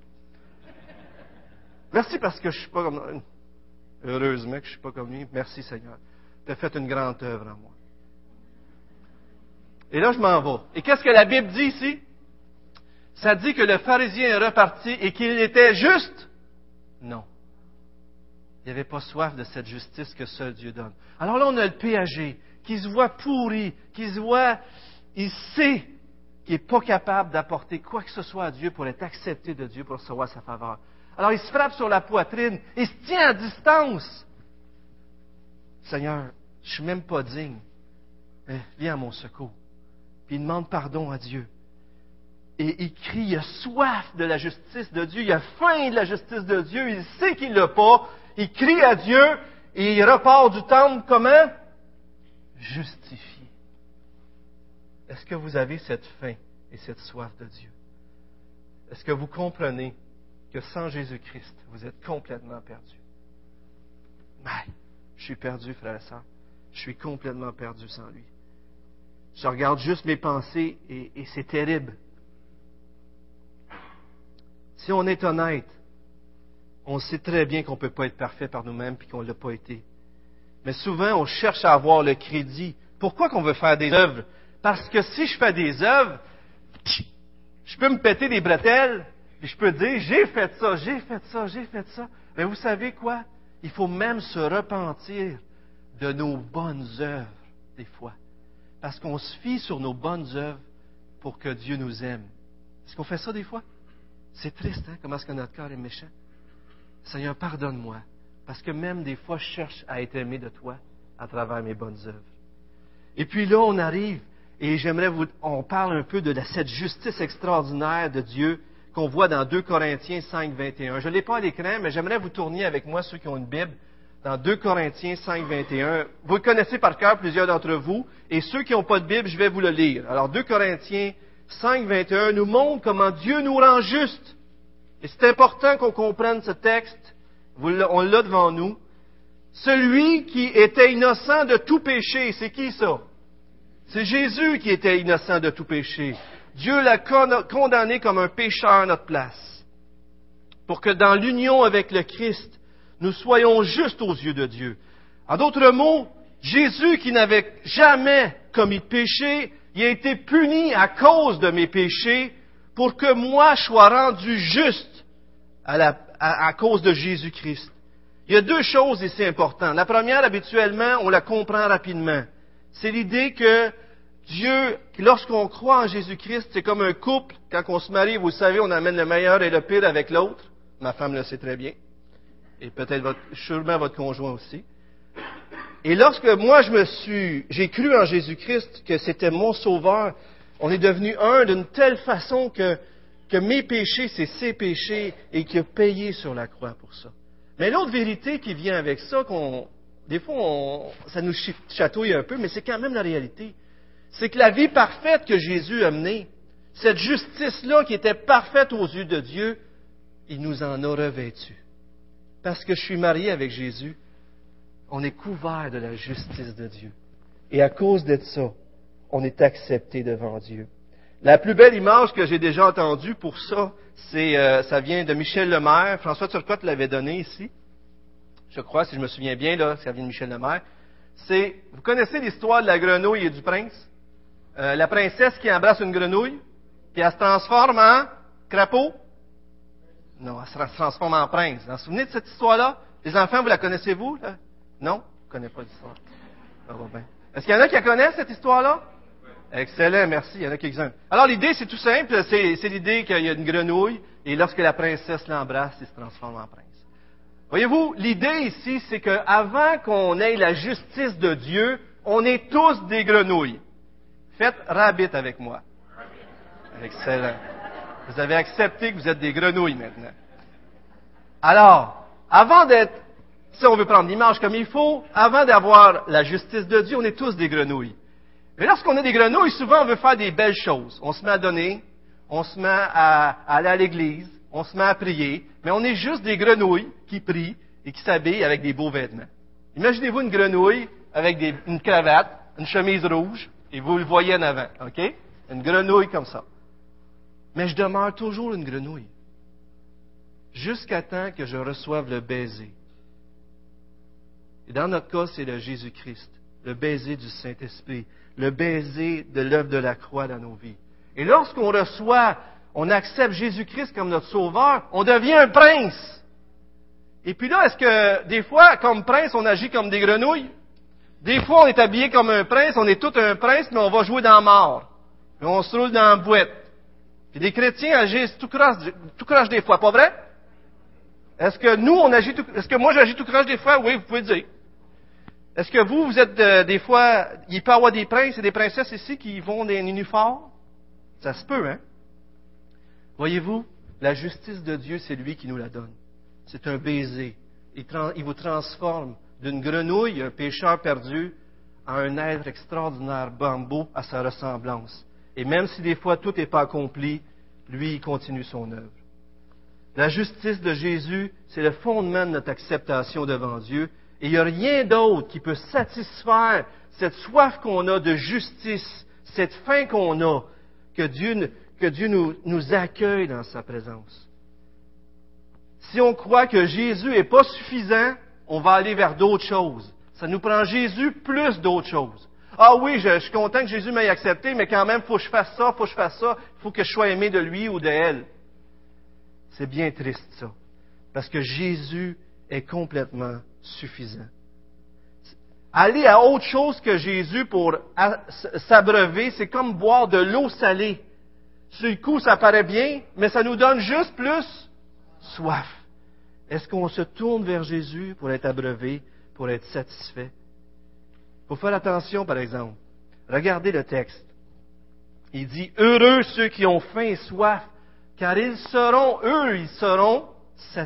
Merci parce que je suis pas comme... Heureusement que je suis pas comme lui. Merci Seigneur. Tu as fait une grande œuvre en moi. Et là, je m'en vais. Et qu'est-ce que la Bible dit ici? Ça dit que le pharisien est reparti et qu'il était juste? Non. Il n'avait pas soif de cette justice que seul Dieu donne. Alors là, on a le péager, qui se voit pourri, qui se voit, il sait qu'il n'est pas capable d'apporter quoi que ce soit à Dieu pour être accepté de Dieu, pour recevoir sa faveur. Alors il se frappe sur la poitrine, il se tient à distance. Seigneur, je ne suis même pas digne, mais viens à mon secours. Puis il demande pardon à Dieu. Et il crie, il a soif de la justice de Dieu, il a faim de la justice de Dieu, il sait qu'il ne l'a pas. Il crie à Dieu et il repart du temple comment? Justifié. Est-ce que vous avez cette faim et cette soif de Dieu? Est-ce que vous comprenez que sans Jésus-Christ, vous êtes complètement perdu? Mais, je suis perdu, frère et sœur. Je suis complètement perdu sans lui. Je regarde juste mes pensées et, et c'est terrible. Si on est honnête, on sait très bien qu'on ne peut pas être parfait par nous-mêmes et qu'on ne l'a pas été. Mais souvent, on cherche à avoir le crédit. Pourquoi qu'on veut faire des œuvres? Parce que si je fais des œuvres, je peux me péter des bretelles et je peux dire, j'ai fait ça, j'ai fait ça, j'ai fait ça. Mais vous savez quoi? Il faut même se repentir de nos bonnes œuvres, des fois. Parce qu'on se fie sur nos bonnes œuvres pour que Dieu nous aime. Est-ce qu'on fait ça des fois? C'est triste, hein? Comment est-ce que notre cœur est méchant? Seigneur, pardonne-moi, parce que même des fois, je cherche à être aimé de toi à travers mes bonnes œuvres. Et puis là, on arrive, et j'aimerais vous... On parle un peu de la, cette justice extraordinaire de Dieu qu'on voit dans deux Corinthiens cinq, vingt et un. Je ne l'ai pas à l'écran, mais j'aimerais vous tourner avec moi, ceux qui ont une Bible, dans deux Corinthiens cinq, vingt et un. Vous le connaissez par cœur, plusieurs d'entre vous, et ceux qui n'ont pas de Bible, je vais vous le lire. Alors, deux Corinthiens cinq, vingt et un nous montre comment Dieu nous rend justes. Et c'est important qu'on comprenne ce texte. On l'a devant nous. Celui qui était innocent de tout péché, c'est qui ça? C'est Jésus qui était innocent de tout péché. Dieu l'a condamné comme un pécheur à notre place. Pour que dans l'union avec le Christ, nous soyons justes aux yeux de Dieu. En d'autres mots, Jésus qui n'avait jamais commis de péché, il a été puni à cause de mes péchés pour que moi je sois rendu juste à, la, à, à cause de Jésus-Christ. Il y a deux choses ici importantes. La première, habituellement, on la comprend rapidement. C'est l'idée que Dieu, lorsqu'on croit en Jésus-Christ, c'est comme un couple. Quand on se marie, vous savez, on amène le meilleur et le pire avec l'autre. Ma femme le sait très bien. Et peut-être votre, sûrement votre conjoint aussi. Et lorsque moi, je me suis, j'ai cru en Jésus-Christ, que c'était mon sauveur, on est devenu un d'une telle façon que, que mes péchés, c'est ses péchés et qu'il a payé sur la croix pour ça. Mais l'autre vérité qui vient avec ça, qu'on, des fois, on, ça nous chatouille un peu, mais c'est quand même la réalité. C'est que la vie parfaite que Jésus a menée, cette justice-là qui était parfaite aux yeux de Dieu, il nous en a revêtus. Parce que je suis marié avec Jésus, on est couvert de la justice de Dieu. Et à cause de ça, on est accepté devant Dieu. La plus belle image que j'ai déjà entendue pour ça, c'est, euh, ça vient de Michel Lemaire. François Turcotte l'avait donné ici. Je crois, si je me souviens bien, là, ça vient de Michel Lemaire. C'est, vous connaissez l'histoire de la grenouille et du prince? Euh, la princesse qui embrasse une grenouille, puis elle se transforme en crapaud? Non, elle se transforme en prince. Vous vous souvenez de cette histoire-là? Les enfants, vous la connaissez-vous, là? Non? Vous ne connaissez pas l'histoire. Ça va bien. Est-ce qu'il y en a qui la connaissent, cette histoire-là? Excellent, merci. Il y en a quelques-uns. Alors, l'idée, c'est tout simple. C'est, c'est l'idée qu'il y a une grenouille, et lorsque la princesse l'embrasse, il se transforme en prince. Voyez-vous, l'idée ici, c'est qu'avant qu'on ait la justice de Dieu, on est tous des grenouilles. Faites rabbit avec moi. Excellent. Vous avez accepté que vous êtes des grenouilles maintenant. Alors, avant d'être, si on veut prendre l'image comme il faut, avant d'avoir la justice de Dieu, on est tous des grenouilles. Mais lorsqu'on est des grenouilles, souvent on veut faire des belles choses. On se met à donner, on se met à, à aller à l'église, on se met à prier, mais on est juste des grenouilles qui prient et qui s'habillent avec des beaux vêtements. Imaginez-vous une grenouille avec des, une cravate, une chemise rouge, et vous le voyez en avant, OK? Une grenouille comme ça. Mais je demeure toujours une grenouille. Jusqu'à temps que je reçoive le baiser. Et dans notre cas, c'est le Jésus-Christ, le baiser du Saint-Esprit, le baiser de l'œuvre de la croix dans nos vies. Et lorsqu'on reçoit, on accepte Jésus-Christ comme notre sauveur, on devient un prince. Et puis là, est-ce que des fois, comme prince, on agit comme des grenouilles? Des fois, on est habillé comme un prince, on est tout un prince, mais on va jouer dans la mort. Puis on se roule dans la boîte. Puis les chrétiens agissent tout croche, tout croche des fois, pas vrai? Est-ce que nous, on agit tout, est-ce que moi j'agis tout croche des fois? Oui, vous pouvez le dire. Est-ce que vous, vous êtes euh, des fois, il peut y avoir des princes et des princesses ici qui vont dans un uniforme? Ça se peut, hein? Voyez-vous, la justice de Dieu, c'est lui qui nous la donne. C'est un baiser. Il, trans, il vous transforme d'une grenouille, un pécheur perdu, à un être extraordinaire, bambou, à sa ressemblance. Et même si des fois tout n'est pas accompli, lui, il continue son œuvre. La justice de Jésus, c'est le fondement de notre acceptation devant Dieu. Et il n'y a rien d'autre qui peut satisfaire cette soif qu'on a de justice, cette faim qu'on a, que Dieu, que Dieu nous, nous accueille dans sa présence. Si on croit que Jésus n'est pas suffisant, on va aller vers d'autres choses. Ça nous prend Jésus plus d'autres choses. Ah oui, je, je suis content que Jésus m'ait accepté, mais quand même, il faut que je fasse ça, il faut que je fasse ça, il faut que je sois aimé de lui ou de elle. C'est bien triste, ça. Parce que Jésus est complètement suffisant. Aller à autre chose que Jésus pour s'abreuver, c'est comme boire de l'eau salée. Sur le coup, ça paraît bien, mais ça nous donne juste plus soif. Est-ce qu'on se tourne vers Jésus pour être abreuvé, pour être satisfait? Il faut faire attention, par exemple. Regardez le texte. Il dit, « Heureux ceux qui ont faim et soif, car ils seront, eux, ils seront satisfaits. »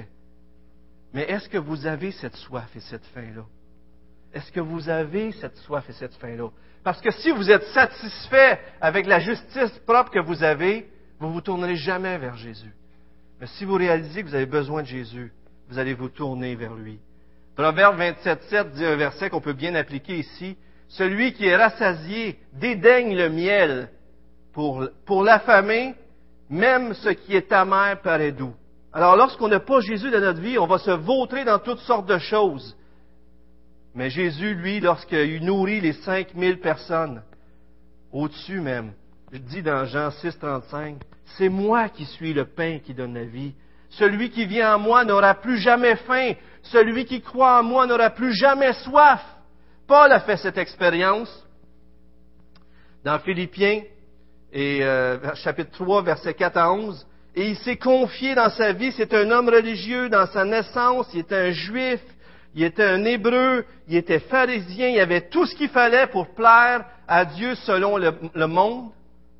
Mais est-ce que vous avez cette soif et cette faim-là? Est-ce que vous avez cette soif et cette faim-là? Parce que si vous êtes satisfait avec la justice propre que vous avez, vous ne vous tournerez jamais vers Jésus. Mais si vous réalisez que vous avez besoin de Jésus, vous allez vous tourner vers lui. Proverbe vingt-sept sept dit un verset qu'on peut bien appliquer ici. « Celui qui est rassasié dédaigne le miel. Pour, pour l'affamer, même ce qui est amer paraît doux. » Alors, lorsqu'on n'a pas Jésus dans notre vie, on va se vautrer dans toutes sortes de choses. Mais Jésus, lui, lorsqu'il nourrit les cinq mille personnes, au-dessus même, il dit dans Jean six, trente-cinq, « C'est moi qui suis le pain qui donne la vie. Celui qui vient à moi n'aura plus jamais faim. Celui qui croit en moi n'aura plus jamais soif. » Paul a fait cette expérience dans Philippiens, et, euh, chapitre trois, versets quatre à onze. Et il s'est confié dans sa vie. C'est un homme religieux dans sa naissance. Il était un juif. Il était un hébreu. Il était pharisien. Il avait tout ce qu'il fallait pour plaire à Dieu selon le, le monde.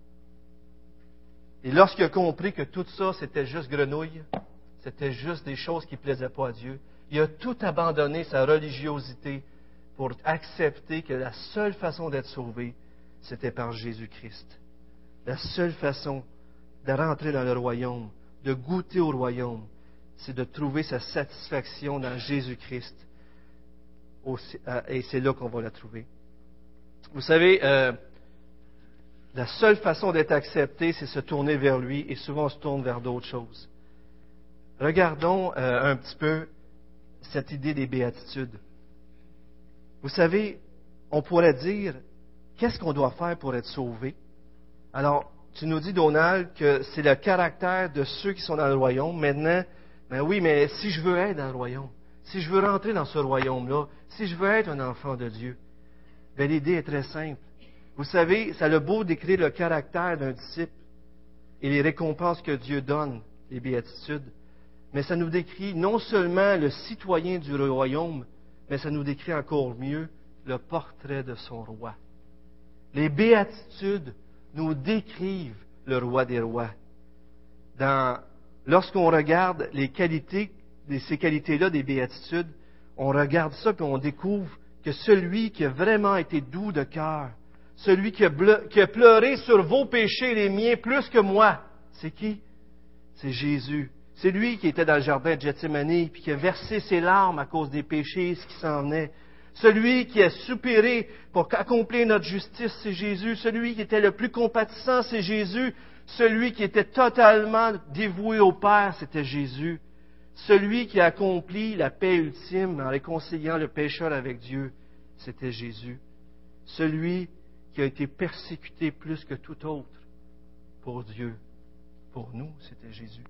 Et lorsqu'il a compris que tout ça, c'était juste grenouille, c'était juste des choses qui ne plaisaient pas à Dieu, il a tout abandonné, sa religiosité, pour accepter que la seule façon d'être sauvé, c'était par Jésus-Christ. La seule façon de rentrer dans le royaume, de goûter au royaume, c'est de trouver sa satisfaction dans Jésus-Christ. Et c'est là qu'on va la trouver. Vous savez, euh, la seule façon d'être accepté, c'est se tourner vers lui, et souvent on se tourne vers d'autres choses. Regardons euh, un petit peu cette idée des béatitudes. Vous savez, on pourrait dire, qu'est-ce qu'on doit faire pour être sauvé? Alors, tu nous dis, Donald, que c'est le caractère de ceux qui sont dans le royaume. Maintenant, ben oui, mais si je veux être dans le royaume, si je veux rentrer dans ce royaume-là, si je veux être un enfant de Dieu, ben l'idée est très simple. Vous savez, ça a beau décrire le caractère d'un disciple et les récompenses que Dieu donne, les béatitudes, mais ça nous décrit non seulement le citoyen du royaume, mais ça nous décrit encore mieux le portrait de son roi. Les béatitudes nous décrivent le roi des rois. Dans, lorsqu'on regarde les qualités, ces qualités-là des béatitudes, on regarde ça et on découvre que celui qui a vraiment été doux de cœur, celui qui a, bleu, qui a pleuré sur vos péchés et les miens plus que moi, c'est qui? C'est Jésus. C'est lui qui était dans le jardin de Gethsémani et qui a versé ses larmes à cause des péchés, ce qui s'en venait. Celui qui a soupiré pour accomplir notre justice, c'est Jésus. Celui qui était le plus compatissant, c'est Jésus. Celui qui était totalement dévoué au Père, c'était Jésus. Celui qui a accompli la paix ultime en réconciliant le pécheur avec Dieu, c'était Jésus. Celui qui a été persécuté plus que tout autre pour Dieu, pour nous, c'était Jésus.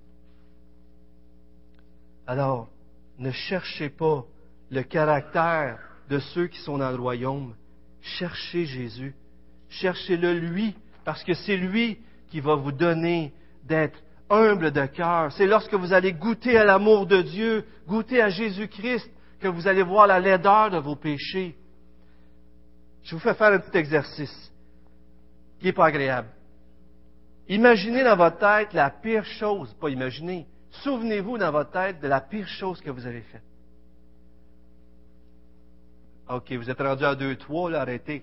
Alors, ne cherchez pas le caractère de ceux qui sont dans le royaume. Cherchez Jésus. Cherchez-le lui, parce que c'est lui qui va vous donner d'être humble de cœur. C'est lorsque vous allez goûter à l'amour de Dieu, goûter à Jésus-Christ, que vous allez voir la laideur de vos péchés. Je vous fais faire un petit exercice qui n'est pas agréable. Imaginez dans votre tête la pire chose, pas imaginez, souvenez-vous dans votre tête de la pire chose que vous avez faite. OK, vous êtes rendu à deux, trois, là, arrêtez.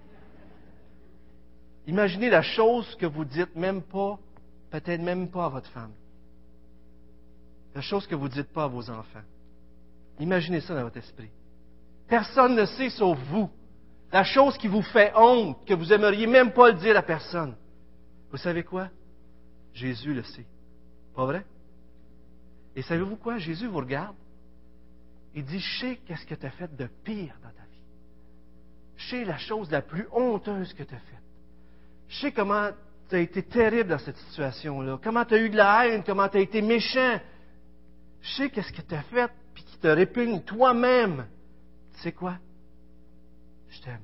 Imaginez la chose que vous dites même pas, peut-être même pas à votre femme. La chose que vous ne dites pas à vos enfants. Imaginez ça dans votre esprit. Personne ne sait sauf vous. La chose qui vous fait honte, que vous aimeriez même pas le dire à personne. Vous savez quoi? Jésus le sait. Pas vrai? Et savez-vous quoi? Jésus vous regarde. Il dit, je sais qu'est-ce que tu as fait de pire dans ta vie. Je sais la chose la plus honteuse que tu as faite. Je sais comment tu as été terrible dans cette situation-là. Comment tu as eu de la haine, comment tu as été méchant. Je sais qu'est-ce que tu as fait, puis qui te répugne toi-même. Tu sais quoi? Je t'aime.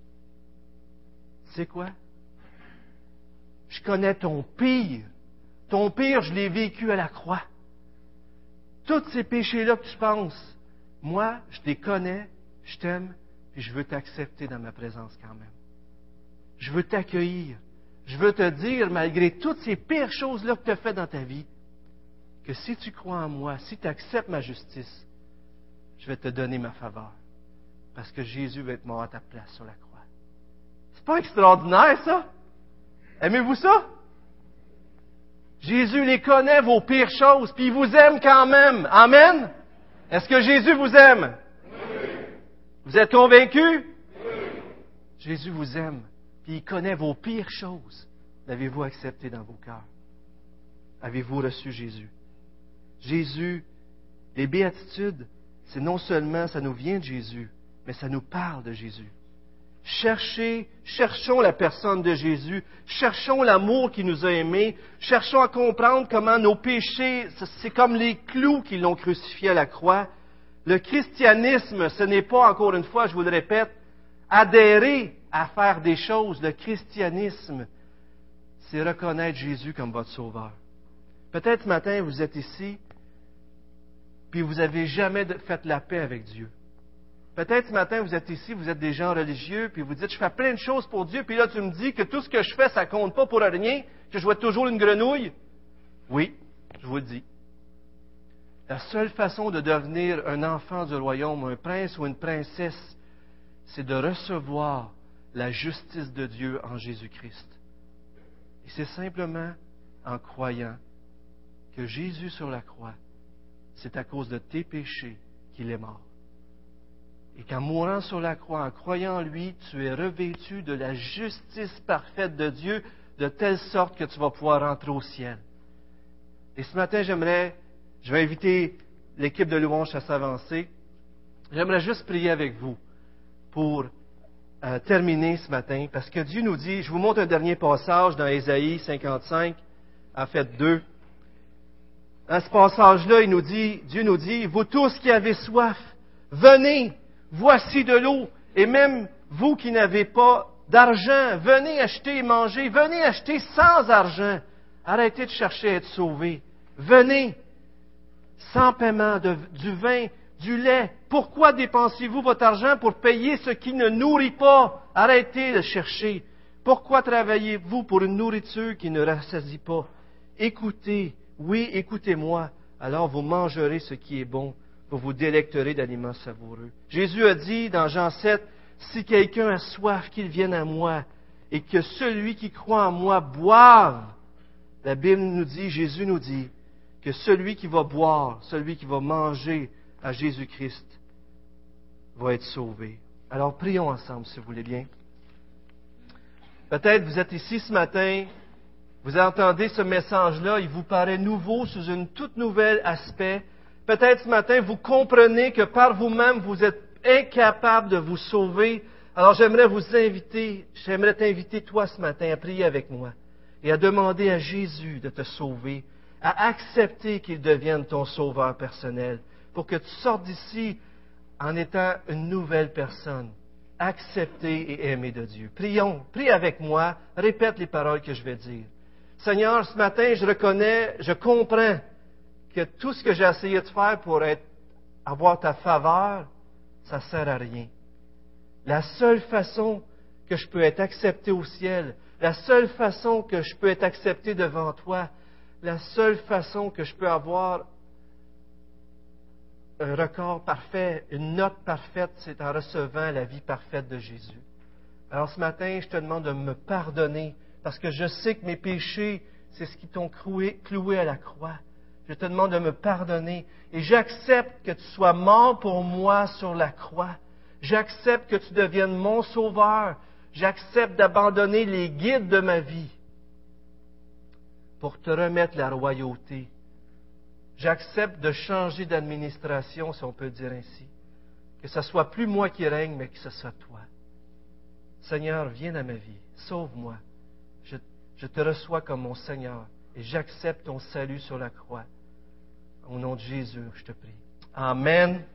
Tu sais quoi? Je connais ton pire. Ton pire, je l'ai vécu à la croix. Tous ces péchés-là que tu penses, moi, je les connais, je t'aime, puis je veux t'accepter dans ma présence quand même. Je veux t'accueillir. Je veux te dire, malgré toutes ces pires choses-là que tu as faites dans ta vie, que si tu crois en moi, si tu acceptes ma justice, je vais te donner ma faveur. Parce que Jésus va être mort à ta place sur la croix. C'est pas extraordinaire, ça? Aimez-vous ça? Jésus les connaît, vos pires choses, puis il vous aime quand même. Amen? Est-ce que Jésus vous aime? Oui. Vous êtes convaincus? Oui. Jésus vous aime, puis il connaît vos pires choses. L'avez-vous accepté dans vos cœurs? Avez-vous reçu Jésus? Jésus, les béatitudes, c'est non seulement, ça nous vient de Jésus, mais ça nous parle de Jésus. Cherchez, cherchons la personne de Jésus, cherchons l'amour qui nous a aimés, cherchons à comprendre comment nos péchés, c'est comme les clous qui l'ont crucifié à la croix. Le christianisme, ce n'est pas, encore une fois, je vous le répète, adhérer à faire des choses. Le christianisme, c'est reconnaître Jésus comme votre sauveur. Peut-être ce matin, vous êtes ici, puis vous n'avez jamais fait la paix avec Dieu. Peut-être ce matin, vous êtes ici, vous êtes des gens religieux, puis vous dites, je fais plein de choses pour Dieu, puis là, tu me dis que tout ce que je fais, ça compte pas pour rien, que je vais être toujours une grenouille. Oui, je vous le dis. La seule façon de devenir un enfant du royaume, un prince ou une princesse, c'est de recevoir la justice de Dieu en Jésus-Christ. Et c'est simplement en croyant que Jésus sur la croix, c'est à cause de tes péchés qu'il est mort. Et qu'en mourant sur la croix, en croyant en lui, tu es revêtu de la justice parfaite de Dieu, de telle sorte que tu vas pouvoir rentrer au ciel. Et ce matin, j'aimerais, je vais inviter l'équipe de louange à s'avancer. J'aimerais juste prier avec vous pour euh, terminer ce matin, parce que Dieu nous dit, je vous montre un dernier passage dans Ésaïe cinquante-cinq, en fait deux. Dans ce passage-là, il nous dit, Dieu nous dit, vous tous qui avez soif, venez, voici de l'eau, et même vous qui n'avez pas d'argent, venez acheter et manger, venez acheter sans argent. Arrêtez de chercher à être sauvés. Venez, sans paiement, de, du vin, du lait. Pourquoi dépensez-vous votre argent pour payer ce qui ne nourrit pas? Arrêtez de chercher. Pourquoi travaillez-vous pour une nourriture qui ne rassasie pas? Écoutez, oui, écoutez-moi, alors vous mangerez ce qui est bon. Vous vous délecterez d'aliments savoureux. Jésus a dit dans Jean sept, si quelqu'un a soif, qu'il vienne à moi, et que celui qui croit en moi boive. La Bible nous dit, Jésus nous dit, que celui qui va boire, celui qui va manger à Jésus-Christ, va être sauvé. Alors prions ensemble, si vous voulez bien. Peut-être vous êtes ici ce matin, vous entendez ce message-là, il vous paraît nouveau, sous un tout nouvel aspect. Peut-être ce matin, vous comprenez que par vous-même, vous êtes incapable de vous sauver. Alors j'aimerais vous inviter, j'aimerais t'inviter toi ce matin à prier avec moi et à demander à Jésus de te sauver, à accepter qu'il devienne ton sauveur personnel, pour que tu sortes d'ici en étant une nouvelle personne, acceptée et aimée de Dieu. Prions, prie avec moi, répète les paroles que je vais dire. Seigneur, ce matin, je reconnais, je comprends que tout ce que j'ai essayé de faire pour être, avoir ta faveur, ça ne sert à rien. La seule façon que je peux être accepté au ciel, la seule façon que je peux être accepté devant toi, la seule façon que je peux avoir un record parfait, une note parfaite, c'est en recevant la vie parfaite de Jésus. Alors ce matin, je te demande de me pardonner, parce que je sais que mes péchés, c'est ce qui t'ont cloué, cloué à la croix. Je te demande de me pardonner et j'accepte que tu sois mort pour moi sur la croix. J'accepte que tu deviennes mon sauveur. J'accepte d'abandonner les guides de ma vie pour te remettre la royauté. J'accepte de changer d'administration, si on peut dire ainsi. Que ce soit plus moi qui règne, mais que ce soit toi. Seigneur, viens dans ma vie. Sauve-moi. Je, je te reçois comme mon Seigneur et j'accepte ton salut sur la croix. Au nom de Jésus, je te prie. Amen.